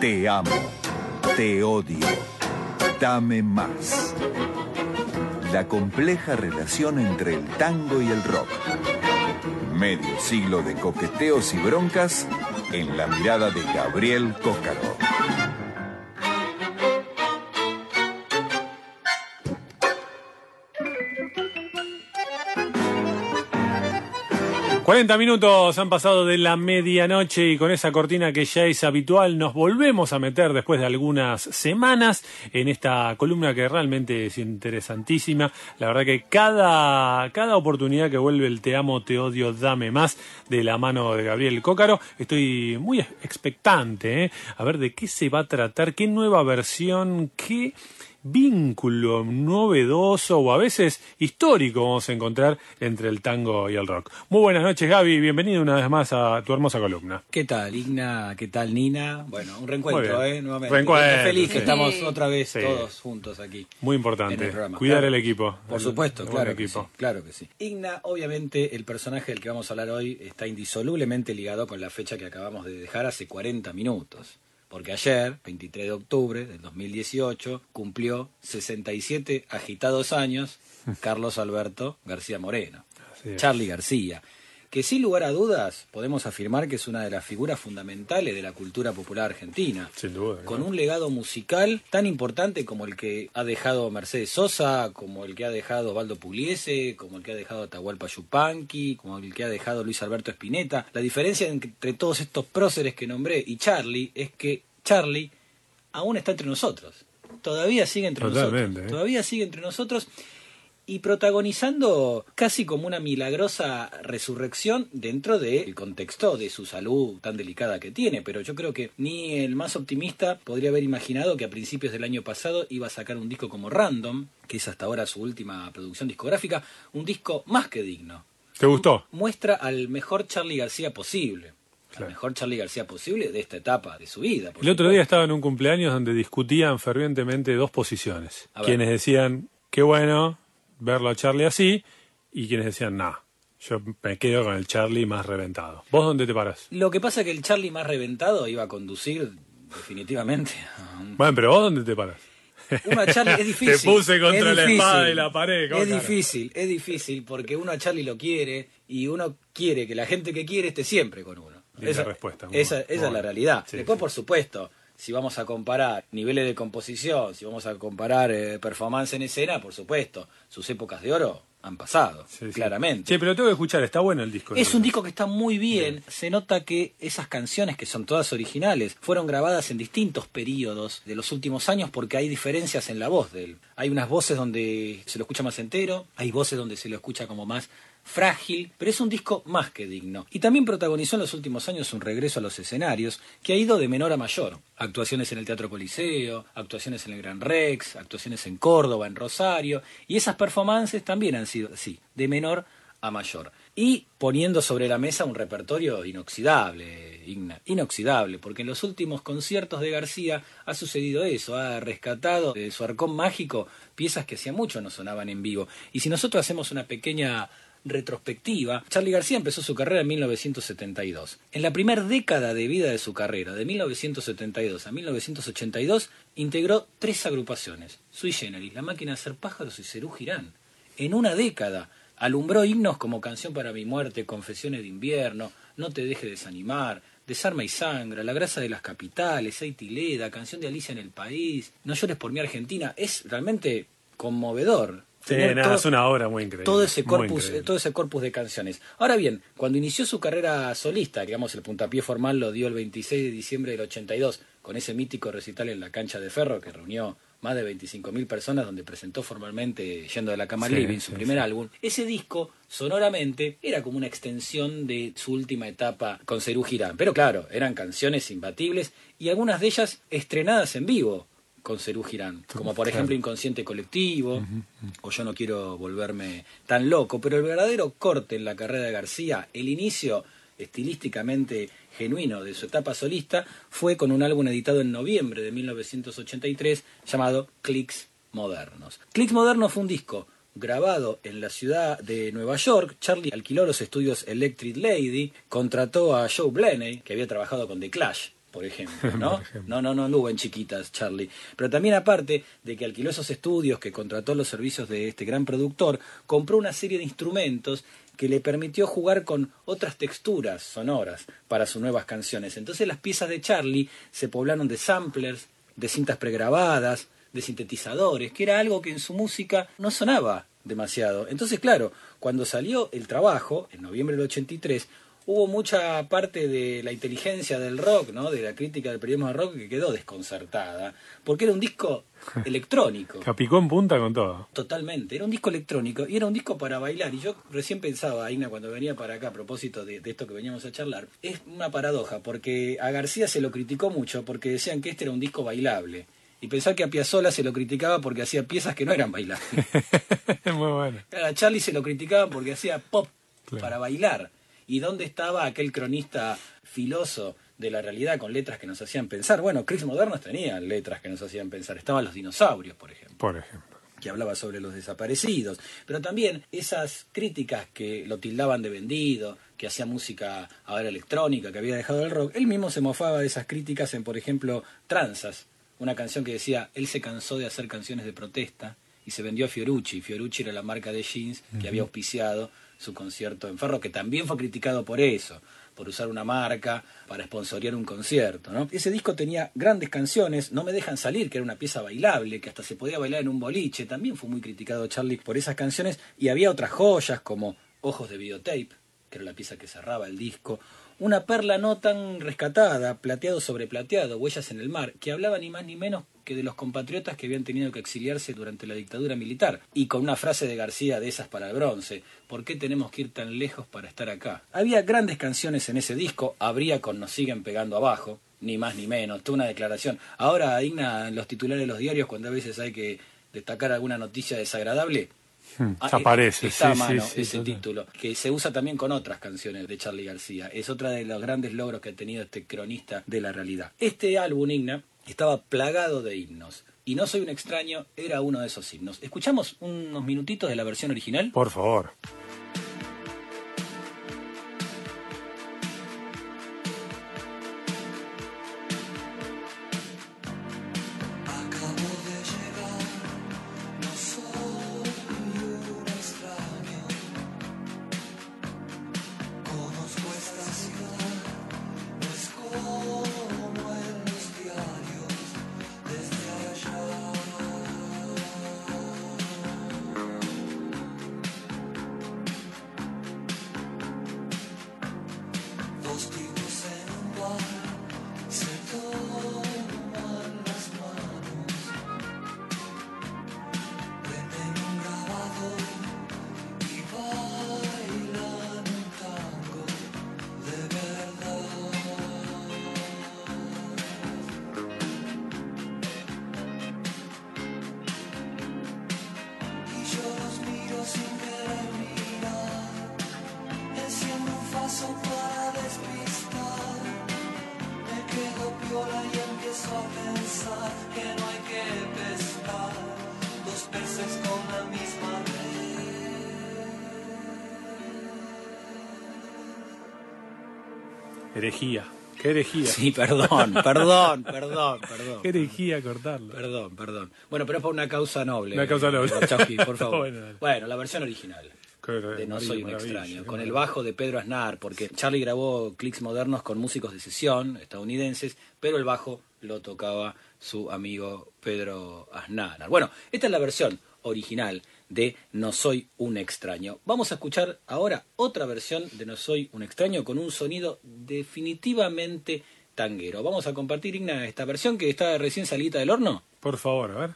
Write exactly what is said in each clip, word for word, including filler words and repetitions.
Te amo, te odio, dame más. La compleja relación entre el tango y el rock. Medio siglo de coqueteos y broncas en la mirada de Gabriel Cócaro. cuarenta minutos han pasado de la medianoche y con esa cortina que ya es habitual nos volvemos a meter después de algunas semanas en esta columna que realmente es interesantísima. La verdad que cada, cada oportunidad que vuelve el Te amo, te odio, dame más de la mano de Gabriel Cócaro, estoy muy expectante, ¿eh? A ver de qué se va a tratar, qué nueva versión, qué vínculo novedoso o a veces histórico vamos a encontrar entre el tango y el rock. Muy buenas noches, Gaby, bienvenido una vez más a tu hermosa columna. ¿Qué tal, Igna? ¿Qué tal, Nina? Bueno, un reencuentro, ¿eh? Nuevamente. Reencuentro. Estoy feliz que Sí. estamos otra vez Sí. todos juntos aquí. Muy importante, en el programa. cuidar Claro. el equipo. Por el, supuesto, el claro buen que equipo. sí, claro que sí. Igna, obviamente, el personaje del que vamos a hablar hoy está indisolublemente ligado con la fecha que acabamos de dejar hace cuarenta minutos. Porque ayer, veintitrés de octubre del dos mil dieciocho, cumplió sesenta y siete agitados años Carlos Alberto García Moreno, Charly García, que sin lugar a dudas podemos afirmar que es una de las figuras fundamentales de la cultura popular argentina, Sin duda, con claro. un legado musical tan importante como el que ha dejado Mercedes Sosa, como el que ha dejado Osvaldo Pugliese, como el que ha dejado Atahualpa Yupanqui, como el que ha dejado Luis Alberto Spinetta. La diferencia entre todos estos próceres que nombré y Charly es que Charly aún está entre nosotros, todavía sigue entre Totalmente, nosotros, ¿eh? todavía sigue entre nosotros y protagonizando casi como una milagrosa resurrección dentro del contexto de su salud tan delicada que tiene. Pero yo creo que ni el más optimista podría haber imaginado que a principios del año pasado iba a sacar un disco como Random, que es hasta ahora su última producción discográfica, un disco más que digno. ¿Te gustó? Muestra al mejor Charly García posible. Claro. Al mejor Charly García posible de esta etapa de su vida. El otro día estaba en un cumpleaños donde discutían fervientemente dos posiciones. A ver. Quienes decían, qué bueno verlo a Charly así, y quienes decían, nah, yo me quedo con el Charly más reventado. ¿Vos dónde te parás? Lo que pasa es que el Charly más reventado iba a conducir definitivamente a un... Bueno, pero ¿vos dónde te parás? Uno a Charly es difícil. Te puse contra es la difícil, espada y la pared. ¿cómo Es cara? difícil, es difícil, porque uno a Charly lo quiere y uno quiere que la gente que quiere esté siempre con uno. Linda Esa, respuesta, muy esa, bueno, esa muy es la bueno. realidad. Sí, Después, sí. por supuesto, si vamos a comparar niveles de composición, si vamos a comparar eh, performance en escena, por supuesto, sus épocas de oro han pasado, Sí, sí. claramente. Che, pero tengo que escuchar, está bueno el disco. Es un disco que está muy bien. bien. Se nota que esas canciones, que son todas originales, fueron grabadas en distintos periodos de los últimos años porque hay diferencias en la voz de él. Hay unas voces donde se lo escucha más entero, hay voces donde se lo escucha como más frágil, pero es un disco más que digno. Y también protagonizó en los últimos años un regreso a los escenarios que ha ido de menor a mayor. Actuaciones en el Teatro Coliseo, actuaciones en el Gran Rex, actuaciones en Córdoba, en Rosario, y esas performances también han sido así, de menor a mayor. Y poniendo sobre la mesa un repertorio inoxidable, Igna, inoxidable, porque en los últimos conciertos de García ha sucedido eso, ha rescatado de su arcón mágico piezas que hacía mucho no sonaban en vivo. Y si nosotros hacemos una pequeña retrospectiva, Charly García empezó su carrera en mil novecientos setenta y dos. En la primera década de vida de su carrera, de mil novecientos setenta y dos a mil novecientos ochenta y dos, integró tres agrupaciones: Sui Generis, La Máquina de Hacer Pájaros y Serú Girán. En una década alumbró himnos como Canción para mi muerte, Confesiones de invierno, No te deje desanimar, Desarma y sangra, La grasa de las capitales, Eitileda, Canción de Alicia en el país, No llores por mi Argentina. Es realmente conmovedor. Sí, nada, todo, es una obra muy increíble. Todo ese corpus, todo ese corpus de canciones. Ahora bien, cuando inició su carrera solista, digamos, el puntapié formal lo dio el veintiséis de diciembre del ochenta y dos, con ese mítico recital en la Cancha de Ferro que reunió más de veinticinco mil personas, donde presentó formalmente Yendo de la cama al sí, living, sí, su primer sí. álbum. Ese disco, sonoramente, era como una extensión de su última etapa con Serú Girán. Pero claro, eran canciones imbatibles y algunas de ellas estrenadas en vivo con Serú Girán, como por ejemplo Inconsciente Colectivo, uh-huh, uh-huh. o Yo no quiero volverme tan loco. Pero el verdadero corte en la carrera de García, el inicio estilísticamente genuino de su etapa solista, fue con un álbum editado en noviembre de mil novecientos ochenta y tres llamado Clicks Modernos. Clicks Modernos fue un disco grabado en la ciudad de Nueva York. Charly alquiló los estudios Electric Lady, contrató a Joe Blaney, que había trabajado con The Clash, por ejemplo, ¿no? No, no, no anduvo en chiquitas, Charlie. Pero también aparte de que alquiló esos estudios, que contrató los servicios de este gran productor, compró una serie de instrumentos que le permitió jugar con otras texturas sonoras para sus nuevas canciones. Entonces las piezas de Charlie se poblaron de samplers, de cintas pregrabadas, de sintetizadores, que era algo que en su música no sonaba demasiado. Entonces, claro, cuando salió el trabajo, en noviembre del ochenta y tres, hubo mucha parte de la inteligencia del rock, ¿no? De la crítica del periodismo de rock, que quedó desconcertada, porque era un disco electrónico. Que picó en punta con todo. Totalmente, era un disco electrónico y era un disco para bailar. Y yo recién pensaba, Igna, cuando venía para acá a propósito de, de esto que veníamos a charlar, es una paradoja, porque a García se lo criticó mucho porque decían que este era un disco bailable. Y pensar que a Piazzolla se lo criticaba porque hacía piezas que no eran bailables. Muy bueno. A Charlie se lo criticaban porque hacía pop, claro, para bailar. ¿Y dónde estaba aquel cronista filoso de la realidad con letras que nos hacían pensar? Bueno, Clicks Modernos tenían letras que nos hacían pensar. Estaban Los Dinosaurios, por ejemplo. Por ejemplo. Que hablaba sobre los desaparecidos. Pero también esas críticas que lo tildaban de vendido, que hacía música ahora electrónica, que había dejado el rock. Él mismo se mofaba de esas críticas en, por ejemplo, Tranzas. Una canción que decía, él se cansó de hacer canciones de protesta y se vendió a Fiorucci. Fiorucci era la marca de jeans que uh-huh. había auspiciado su concierto en Ferro, que también fue criticado por eso, por usar una marca para sponsorear un concierto, ¿no? Ese disco tenía grandes canciones, No me dejan salir, que era una pieza bailable, que hasta se podía bailar en un boliche, también fue muy criticado Charlie por esas canciones, y había otras joyas como Ojos de Videotape, que era la pieza que cerraba el disco, una perla no tan rescatada, Plateado sobre plateado, Huellas en el mar, que hablaba ni más ni menos que de los compatriotas que habían tenido que exiliarse durante la dictadura militar. Y con una frase de García de esas para el bronce, ¿por qué tenemos que ir tan lejos para estar acá? Había grandes canciones en ese disco, habría con Nos siguen pegando abajo, ni más ni menos, toda una declaración. Ahora, Igna, en los titulares de los diarios, cuando a veces hay que destacar alguna noticia desagradable, Hmm, aparece, está sí, a mano sí, sí, ese sí, título, que se usa también con otras canciones de Charly García. Es otra de los grandes logros que ha tenido este cronista de la realidad. Este álbum, Igna, estaba plagado de himnos. Y No soy un extraño era uno de esos himnos. ¿Escuchamos unos minutitos de la versión original? Por favor. Herejía. Qué herejía. Sí, perdón, perdón, perdón, perdón. Qué herejía cortarlo. Perdón, perdón. Bueno, pero es por una causa noble. Una causa noble. Chauqui, por favor. Bueno, bueno, la versión original de No soy un extraño, con el bajo de Pedro Aznar, porque Charly grabó Clicks Modernos con músicos de sesión estadounidenses, pero el bajo lo tocaba su amigo Pedro Aznar. Bueno, esta es la versión original de No soy un extraño. Vamos a escuchar ahora otra versión de No soy un extraño con un sonido definitivamente tanguero. Vamos a compartir, Igna, esta versión que está recién salida del horno. Por favor, a ver.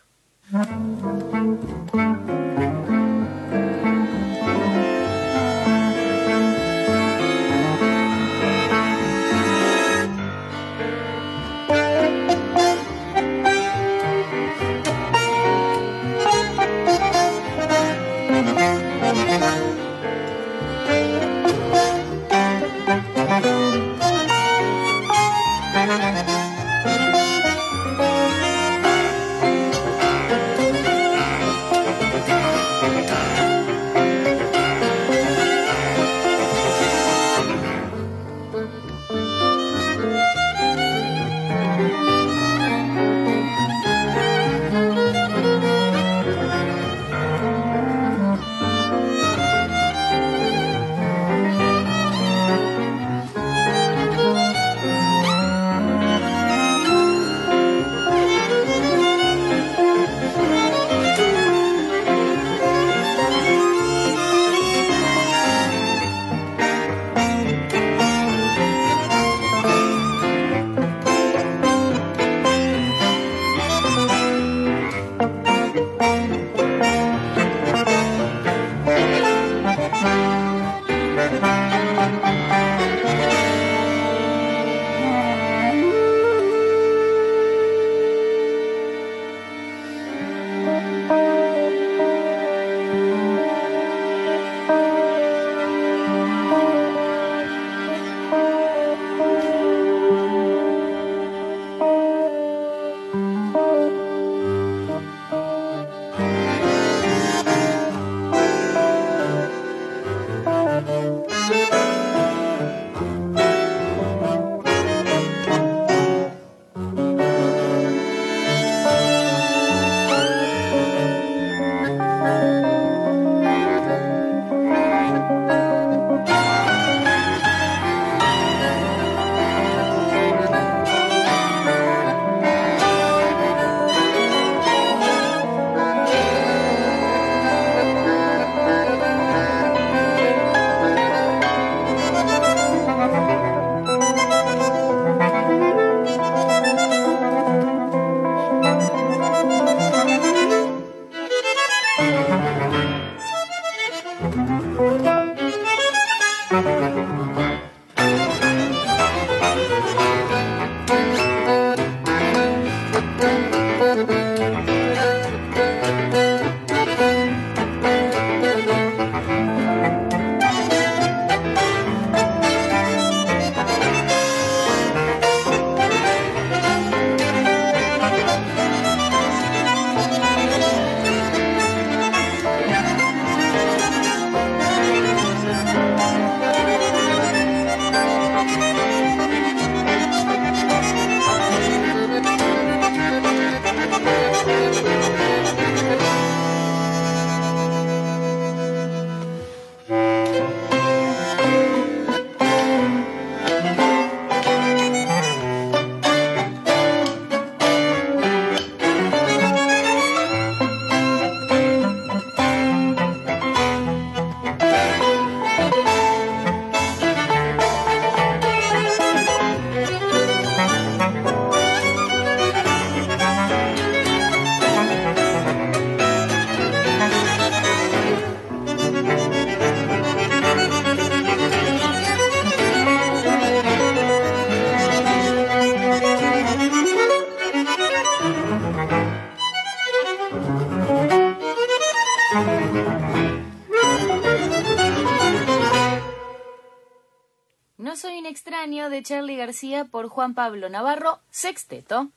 extraño de Charly García por Juan Pablo Navarro, Sexteto.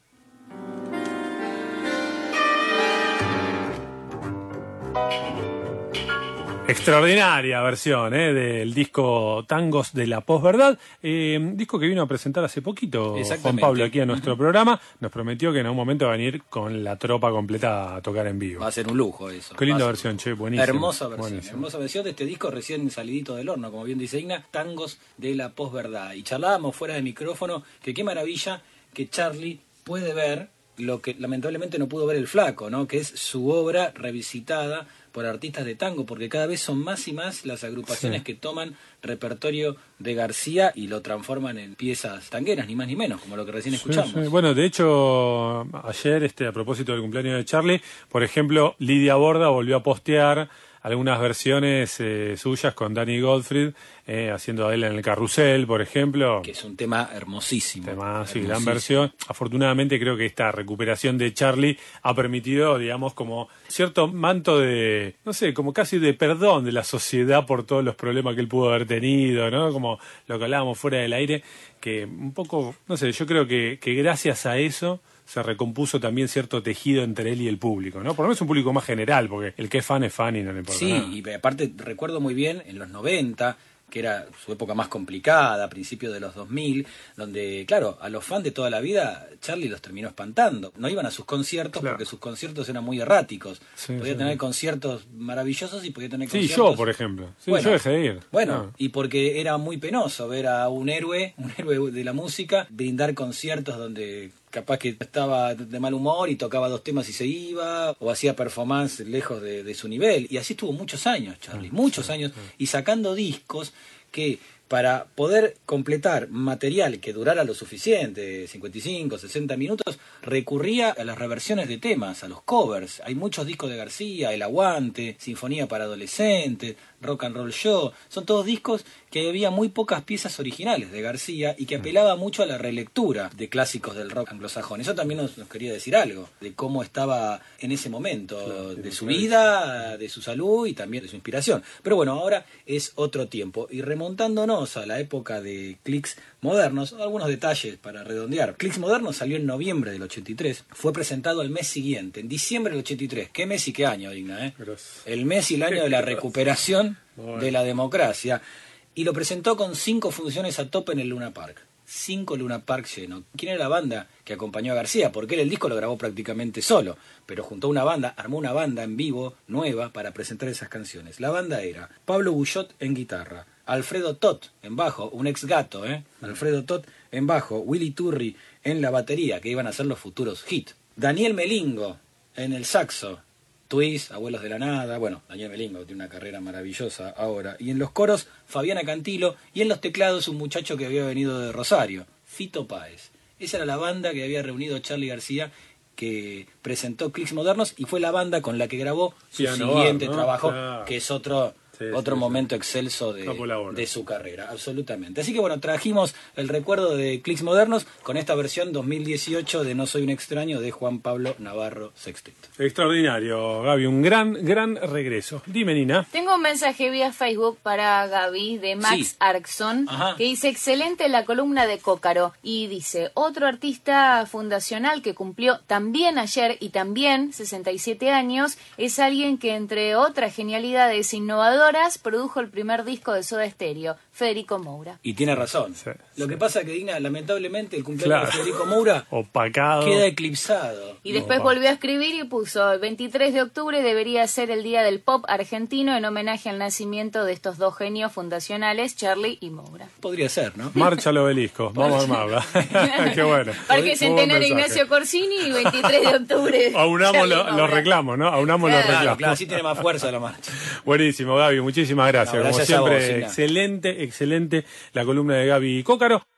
Extraordinaria versión ¿eh? del disco Tangos de la Posverdad, eh, disco que vino a presentar hace poquito Juan Pablo aquí a nuestro uh-huh. programa. Nos prometió que en algún momento va a venir con la tropa completa a tocar en vivo. Va a ser un lujo eso. Qué linda versión, che, buenísima. Hermosa versión, buenísima. hermosa versión de este disco recién salidito del horno, como bien dice Igna, Tangos de la Posverdad. Y charlábamos fuera de micrófono que qué maravilla que Charly puede ver lo que lamentablemente no pudo ver el Flaco, ¿no? Que es su obra revisitada por artistas de tango, porque cada vez son más y más las agrupaciones sí. que toman repertorio de García y lo transforman en piezas tangueras, ni más ni menos, como lo que recién escuchamos. Sí, sí. Bueno, de hecho, ayer, este, a propósito del cumpleaños de Charly, por ejemplo, Lidia Borda volvió a postear algunas versiones eh, suyas con Danny Goldfried, eh, haciendo a él en el carrusel, por ejemplo. Que es un tema hermosísimo. Tema, sí, gran versión. Afortunadamente creo que esta recuperación de Charly ha permitido, digamos, como cierto manto de, no sé, como casi de perdón de la sociedad por todos los problemas que él pudo haber tenido, ¿no? Como lo que hablábamos fuera del aire, que un poco, no sé, yo creo que, que gracias a eso se recompuso también cierto tejido entre él y el público, ¿no? Por lo menos un público más general, porque el que es fan es fan y no le importa sí, nada. Y aparte recuerdo muy bien en los noventa, que era su época más complicada, a principios de los dos mil, donde, claro, a los fans de toda la vida, Charly los terminó espantando. No iban a sus conciertos claro. porque sus conciertos eran muy erráticos. Sí, podía sí, tener sí. conciertos maravillosos y podía tener sí, conciertos... Sí, yo, por ejemplo. Sí, bueno, yo dejé de ir. Bueno, ah. y porque era muy penoso ver a un héroe, un héroe de la música, brindar conciertos donde capaz que estaba de mal humor y tocaba dos temas y se iba, o hacía performance lejos de, de su nivel. Y así estuvo muchos años, Charly, ah, muchos sí, años, sí. y sacando discos que para poder completar material que durara lo suficiente, cincuenta y cinco, sesenta minutos, recurría a las reversiones de temas, a los covers. Hay muchos discos de García, El Aguante, Sinfonía para Adolescentes, Rock and Roll Show. Son todos discos que había muy pocas piezas originales de García y que apelaba mucho a la relectura de clásicos del rock anglosajón. Eso también nos, nos quería decir algo de cómo estaba en ese momento, claro, de su vida, de su salud y también de su inspiración. Pero bueno, ahora es otro tiempo. Y remontándonos a la época de Clics Modernos, algunos detalles para redondear. Clics Modernos salió en noviembre del ochenta y tres, fue presentado al mes siguiente, en diciembre del ochenta y tres. ¿Qué mes y qué año, Digna? ¿eh? El mes y el año de la recuperación de la democracia. Y lo presentó con cinco funciones a tope en el Luna Park. Cinco Luna Park llenos. ¿Quién era la banda que acompañó a García? Porque él el disco lo grabó prácticamente solo, pero juntó una banda, armó una banda en vivo nueva para presentar esas canciones. La banda era Pablo Bullot en guitarra, Alfredo Tot en bajo, un ex gato, ¿eh? Alfredo Tot en bajo, Willy Turri en la batería, que iban a ser los futuros hits. Daniel Melingo en el saxo, Twist, Abuelos de la Nada, bueno, Daniel Melingo tiene una carrera maravillosa ahora. Y en los coros, Fabiana Cantilo, y en los teclados un muchacho que había venido de Rosario, Fito Páez. Esa era la banda que había reunido Charly García, que presentó Clics Modernos, y fue la banda con la que grabó su Piano siguiente Bar, ¿no? trabajo, claro. que es otro... Sí, Otro sí, momento sí. excelso de, de su carrera, absolutamente. Así que bueno, trajimos el recuerdo de Clics Modernos con esta versión dos mil dieciocho de No Soy un Extraño de Juan Pablo Navarro Sexteto. Extraordinario, Gaby, un gran, gran regreso. Dime, Nina. Tengo un mensaje vía Facebook para Gaby de Max sí. Arcson, Ajá. que dice, excelente la columna de Cócaro, y dice, otro artista fundacional que cumplió también ayer y también sesenta y siete años, es alguien que entre otras genialidades innovadoras produjo el primer disco de Soda Stereo, Federico Moura. Y tiene razón. Sí, Lo sí. que pasa es que, Dina, lamentablemente el cumpleaños claro. de Federico Moura opacado, queda eclipsado. Y después Opa. volvió a escribir y puso, el veintitrés de octubre debería ser el día del pop argentino en homenaje al nacimiento de estos dos genios fundacionales, Charly y Moura. Podría ser, ¿no? Marcha al obelisco, vamos a armarla. Qué bueno. Parque Centenario Ignacio Corsini y veintitrés de octubre. Aunamos lo, los reclamos, ¿no? Aunamos claro, los reclamos. Claro, así tiene más fuerza la marcha. Buenísimo, Gaby, muchísimas gracias. No, gracias. Como siempre, excelente, excelente la columna de Gaby Cócaro.